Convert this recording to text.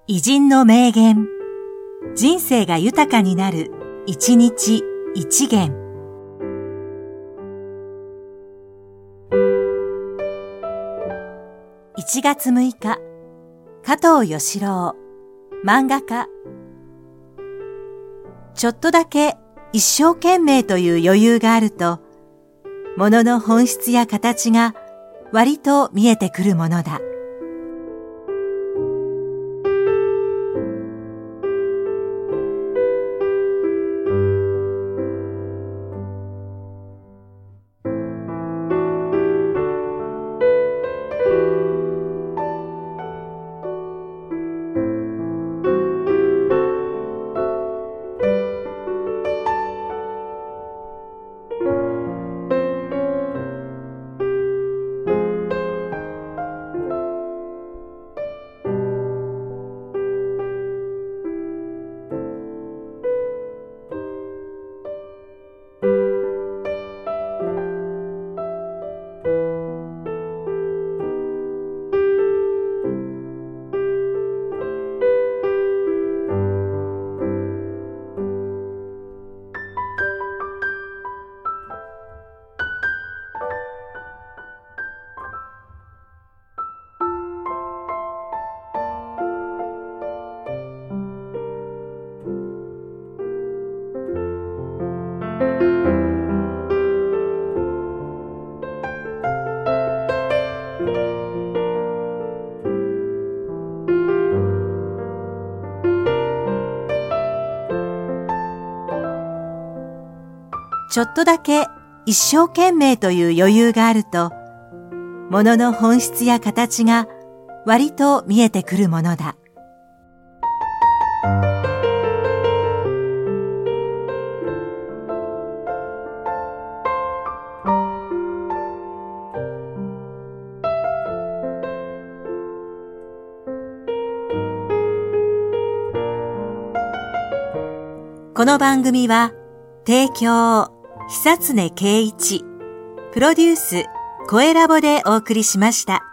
偉人の名言。人生が豊かになる、一日一元。1月6日、加藤義郎、漫画家。ちょっとだけ一生懸命という余裕があると、物の本質や形が割と見えてくるものだ。ちょっとだけ一生懸命という余裕があると、物の本質や形が割と見えてくるものだ。この番組は提供久常圭一、プロデュース声ラボでお送りしました。